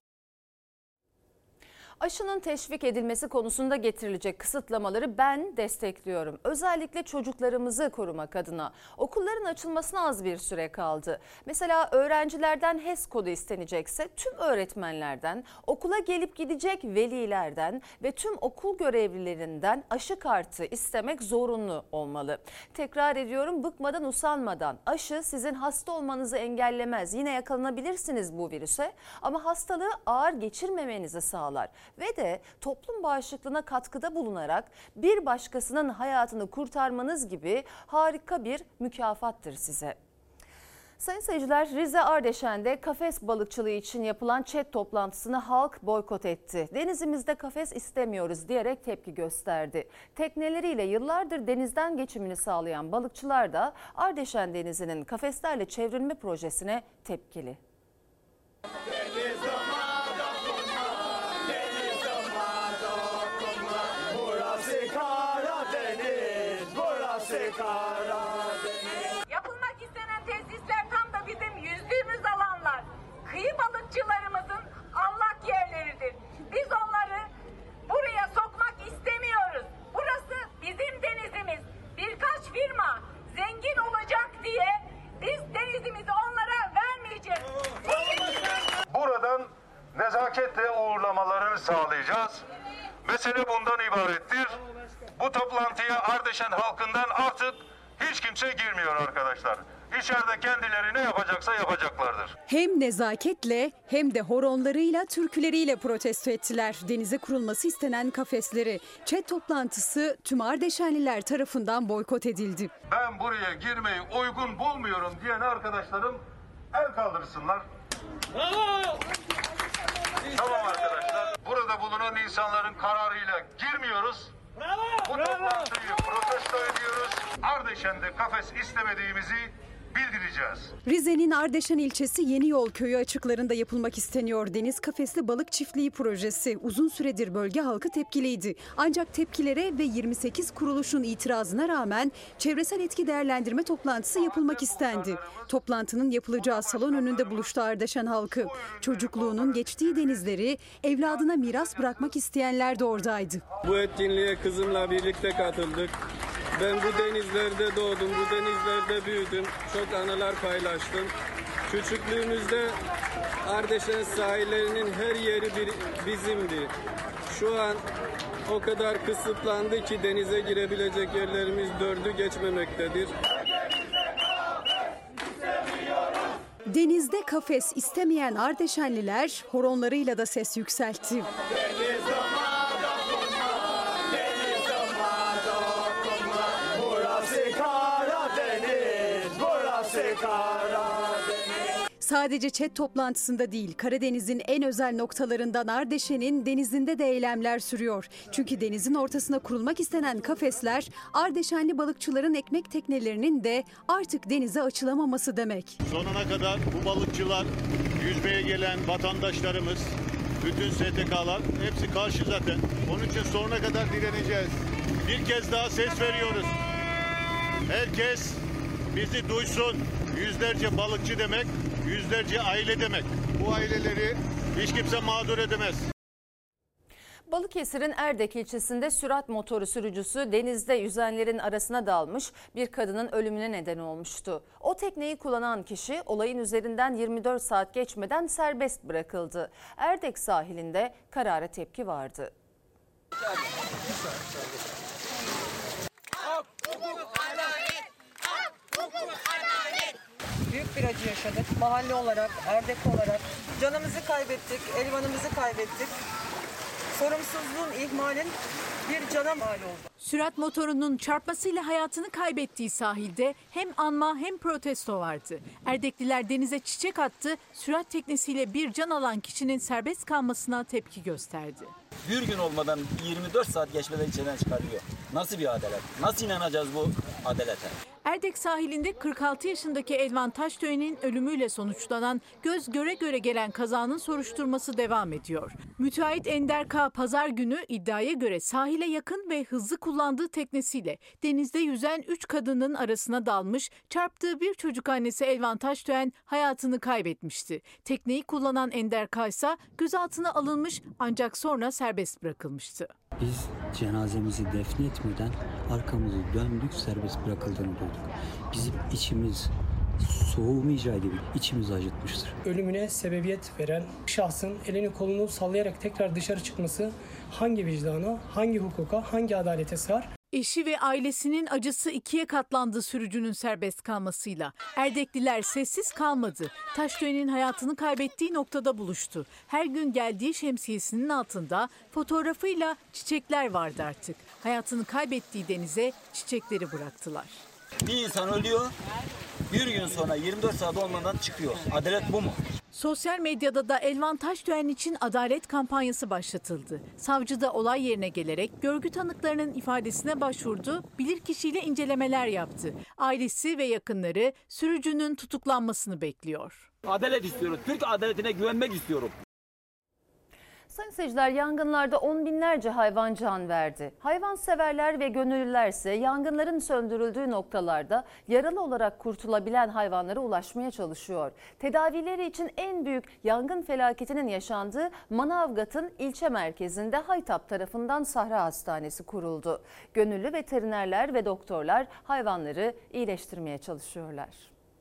Aşının teşvik edilmesi konusunda getirilecek kısıtlamaları ben destekliyorum. Özellikle çocuklarımızı korumak adına. Okulların açılmasına az bir süre kaldı. Mesela öğrencilerden H E S kodu istenecekse tüm öğretmenlerden, okula gelip gidecek velilerden ve tüm okul görevlilerinden aşı kartı istemek zorunlu olmalı. Tekrar ediyorum, bıkmadan usanmadan. Aşı sizin hasta olmanızı engellemez. Yine yakalanabilirsiniz bu virüse ama hastalığı ağır geçirmemenizi sağlar. Ve de toplum bağışıklığına katkıda bulunarak bir başkasının hayatını kurtarmanız gibi harika bir mükafattır size. Sayın seyirciler, Rize Ardeşen'de kafes balıkçılığı için yapılan chat toplantısını halk boykot etti. Denizimizde kafes istemiyoruz diyerek tepki gösterdi. Tekneleriyle yıllardır denizden geçimini sağlayan balıkçılar da Ardeşen Denizi'nin kafeslerle çevrilme projesine tepkili. Yapılmak istenen tesisler tam da bizim yüzdüğümüz alanlar. Kıyı balıkçılarımızın allak yerleridir. Biz onları buraya sokmak istemiyoruz. Burası bizim denizimiz. Birkaç firma zengin olacak diye biz denizimizi onlara vermeyeceğiz. Buradan nezaketle uğurlamalarını sağlayacağız. Mesele bundan ibarettir. Bu toplantıya Ardeşen halkından artık hiç kimse girmiyor arkadaşlar. İçeride kendileri ne yapacaksa yapacaklardır. Hem nezaketle hem de horonlarıyla, türküleriyle protesto ettiler denize kurulması istenen kafesleri. Chat toplantısı tüm Ardeşenliler tarafından boykot edildi. Ben buraya girmeyi uygun bulmuyorum diyen arkadaşlarım el kaldırsınlar. Bravo! Tamam arkadaşlar. Burada bulunan insanların kararıyla girmiyoruz. Bravo! Bu toplantıyı protesto ediyoruz. Ardeşen'de kafes istemediğimizi bildireceğiz. Rize'nin Ardeşen ilçesi Yeniyol köyü açıklarında yapılmak isteniyor deniz kafesli balık çiftliği projesi. Uzun süredir bölge halkı tepkiliydi. Ancak tepkilere ve yirmi sekiz kuruluşun itirazına rağmen çevresel etki değerlendirme toplantısı yapılmak istendi. Toplantının yapılacağı salon önünde buluştu Ardeşen halkı. Çocukluğunun geçtiği denizleri evladına miras bırakmak isteyenler de oradaydı. Bu etkinliğe kızımla birlikte katıldık. Ben bu denizlerde doğdum, bu denizlerde büyüdüm. Çok anılar paylaştım. Küçüklüğümüzde Ardeşen sahillerinin her yeri bir, bizimdi. Şu an o kadar kısıtlandı ki denize girebilecek yerlerimiz dördü geçmemektedir. Denizde kafes istemeyen Ardeşenliler horonlarıyla da ses yükseltti. Sadece chat toplantısında değil, Karadeniz'in en özel noktalarından Ardeşen'in denizinde de eylemler sürüyor. Çünkü denizin ortasına kurulmak istenen kafesler Ardeşenli balıkçıların ekmek teknelerinin de artık denize açılamaması demek. Sonuna kadar bu balıkçılar, yüzmeye gelen vatandaşlarımız, bütün S T K'lar hepsi karşı zaten. Onun için sonuna kadar direneceğiz. Bir kez daha ses veriyoruz. Herkes bizi duysun. yüzlerce balıkçı demek, yüzlerce aile demek. Bu aileleri hiç kimse mağdur edemez. Balıkesir'in Erdek ilçesinde sürat motoru sürücüsü denizde yüzenlerin arasına dalmış, bir kadının ölümüne neden olmuştu. O tekneyi kullanan kişi olayın üzerinden yirmi dört saat geçmeden serbest bırakıldı. Erdek sahilinde karara tepki vardı. Büyük bir acı yaşadık. Mahalle olarak, Erdek olarak canımızı kaybettik, elvanımızı kaybettik. Sorumsuzluğun, ihmalin bir cana mal oldu. Sürat motorunun çarpmasıyla hayatını kaybettiği sahilde hem anma hem protesto vardı. Erdekliler denize çiçek attı, sürat teknesiyle bir can alan kişinin serbest kalmasına tepki gösterdi. Bir gün olmadan yirmi dört saat geçmeden içeriden çıkarıyor. Nasıl bir adalet? Nasıl inanacağız bu adalete? Erdek sahilinde kırk altı yaşındaki Elvan Taşdöğen'in ölümüyle sonuçlanan göz göre göre gelen kazanın soruşturması devam ediyor. Müteahhit Ender K. pazar günü iddiaya göre sahile yakın ve hızlı kullandığı teknesiyle denizde yüzen üç kadının arasına dalmış, çarptığı bir çocuk annesi Elvan Taşdöğen hayatını kaybetmişti. Tekneyi kullanan Ender K. ise gözaltına alınmış ancak sonra serbest bırakılmıştı. Biz cenazemizi defnetmeden arkamızı döndük, serbest bırakıldığını duyduk. Bizim içimiz soğumayacağı gibi içimizi acıtmıştır. Ölümüne sebebiyet veren şahsın elini kolunu sallayarak tekrar dışarı çıkması hangi vicdana, hangi hukuka, hangi adalete sığar? Eşi ve ailesinin acısı ikiye katlandı sürücünün serbest kalmasıyla. Erdekliler sessiz kalmadı. Taşdöğen'in hayatını kaybettiği noktada buluştu. Her gün geldiği şemsiyesinin altında fotoğrafıyla çiçekler vardı artık. Hayatını kaybettiği denize çiçekleri bıraktılar. Bir insan ölüyor, bir gün sonra yirmi dört saat olmadan çıkıyor. Adalet bu mu? Sosyal medyada da Elvan Taşdöğen için adalet kampanyası başlatıldı. Savcı da olay yerine gelerek görgü tanıklarının ifadesine başvurdu, bilirkişiyle incelemeler yaptı. Ailesi ve yakınları sürücünün tutuklanmasını bekliyor. Adalet istiyoruz. Türk adaletine güvenmek istiyorum. Sayın seyirciler, yangınlarda on binlerce hayvan can verdi. Hayvanseverler ve gönüllüler ise yangınların söndürüldüğü noktalarda yaralı olarak kurtulabilen hayvanlara ulaşmaya çalışıyor. Tedavileri için en büyük yangın felaketinin yaşandığı Manavgat'ın ilçe merkezinde Haytap tarafından Sahra Hastanesi kuruldu. Gönüllü veterinerler ve doktorlar hayvanları iyileştirmeye çalışıyorlar.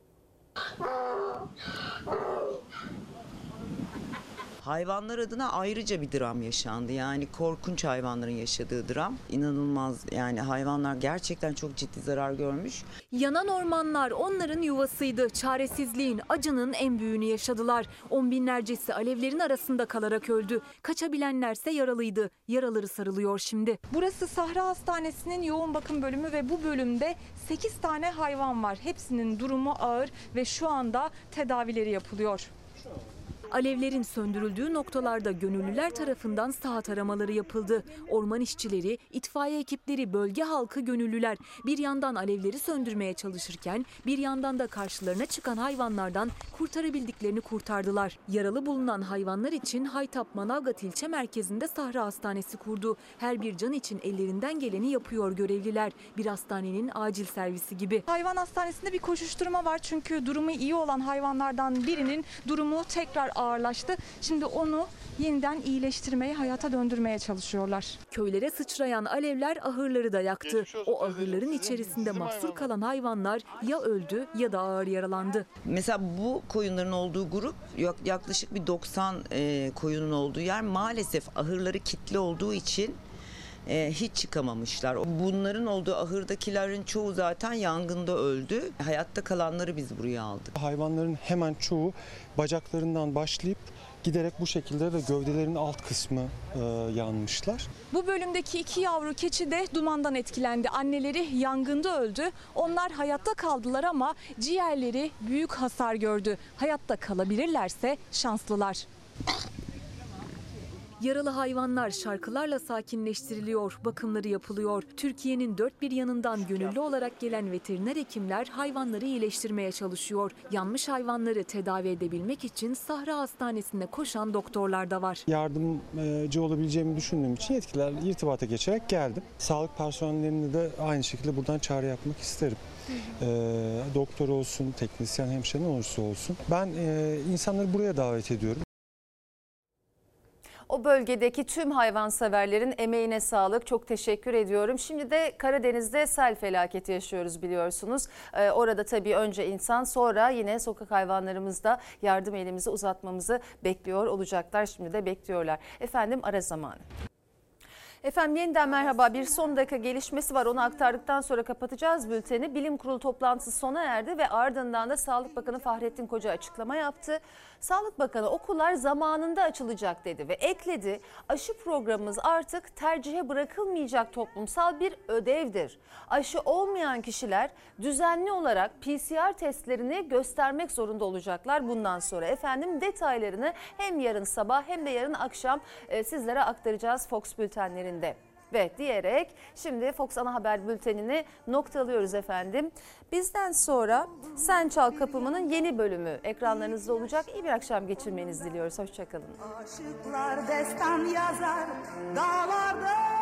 Hayvanlar adına ayrıca bir dram yaşandı. Yani korkunç hayvanların yaşadığı dram. İnanılmaz, yani hayvanlar gerçekten çok ciddi zarar görmüş. Yanan ormanlar onların yuvasıydı. Çaresizliğin, acının en büyüğünü yaşadılar. On binlercesi alevlerin arasında kalarak öldü. Kaçabilenlerse yaralıydı. Yaraları sarılıyor şimdi. Burası Sahra Hastanesi'nin yoğun bakım bölümü ve bu bölümde sekiz tane hayvan var. Hepsinin durumu ağır ve şu anda tedavileri yapılıyor. Alevlerin söndürüldüğü noktalarda gönüllüler tarafından saat aramaları yapıldı. Orman işçileri, itfaiye ekipleri, bölge halkı, gönüllüler bir yandan alevleri söndürmeye çalışırken bir yandan da karşılarına çıkan hayvanlardan kurtarabildiklerini kurtardılar. Yaralı bulunan hayvanlar için Haytap Manavgat ilçe merkezinde Sahra Hastanesi kurdu. Her bir can için ellerinden geleni yapıyor görevliler. Bir hastanenin acil servisi gibi. Hayvan hastanesinde bir koşuşturma var çünkü durumu iyi olan hayvanlardan birinin durumu tekrar ağırlaştı. Şimdi onu yeniden iyileştirmeye, hayata döndürmeye çalışıyorlar. Köylere sıçrayan alevler ahırları da yaktı. O ahırların içerisinde mahsur kalan hayvanlar ya öldü ya da ağır yaralandı. Mesela bu koyunların olduğu grup, yaklaşık bir doksan e, koyunun olduğu yer, maalesef ahırları kilitli olduğu için e, hiç çıkamamışlar. Bunların olduğu ahırdakilerin çoğu zaten yangında öldü. Hayatta kalanları biz buraya aldık. Hayvanların hemen çoğu bacaklarından başlayıp giderek bu şekilde ve gövdelerinin alt kısmı e, yanmışlar. Bu bölümdeki iki yavru keçi de dumandan etkilendi. Anneleri yangında öldü. Onlar hayatta kaldılar ama ciğerleri büyük hasar gördü. Hayatta kalabilirlerse şanslılar. Yaralı hayvanlar şarkılarla sakinleştiriliyor, bakımları yapılıyor. Türkiye'nin dört bir yanından gönüllü olarak gelen veteriner hekimler hayvanları iyileştirmeye çalışıyor. Yanmış hayvanları tedavi edebilmek için Sahra Hastanesi'ne koşan doktorlar da var. Yardımcı olabileceğimi düşündüğüm için yetkililer irtibata geçerek geldim. Sağlık personellerine de aynı şekilde buradan çağrı yapmak isterim. Ee, doktor olsun, teknisyen, hemşire ne olursa olsun. Ben e, insanları buraya davet ediyorum. O bölgedeki tüm hayvanseverlerin emeğine sağlık. Çok teşekkür ediyorum. Şimdi de Karadeniz'de sel felaketi yaşıyoruz biliyorsunuz. Ee, orada tabii önce insan, sonra yine sokak hayvanlarımızda yardım elimizi uzatmamızı bekliyor olacaklar. Şimdi de bekliyorlar. Efendim ara zamanı. Efendim yeniden merhaba. Bir son dakika gelişmesi var. Onu aktardıktan sonra kapatacağız bülteni. Bilim Kurulu toplantısı sona erdi ve ardından da Sağlık Bakanı Fahrettin Koca açıklama yaptı. Sağlık Bakanı okullar zamanında açılacak dedi ve ekledi. Aşı programımız artık tercihe bırakılmayacak toplumsal bir ödevdir. Aşı olmayan kişiler düzenli olarak P C R testlerini göstermek zorunda olacaklar bundan sonra. Efendim detaylarını hem yarın sabah hem de yarın akşam sizlere aktaracağız Fox bültenlerinde. Ve diyerek şimdi Fox Ana Haber bültenini noktalıyoruz efendim. Bizden sonra Sen Çal Kapımı'nın yeni bölümü ekranlarınızda olacak. İyi bir akşam geçirmenizi diliyoruz. Hoşçakalın. Aşıklar destan yazar dağlarda.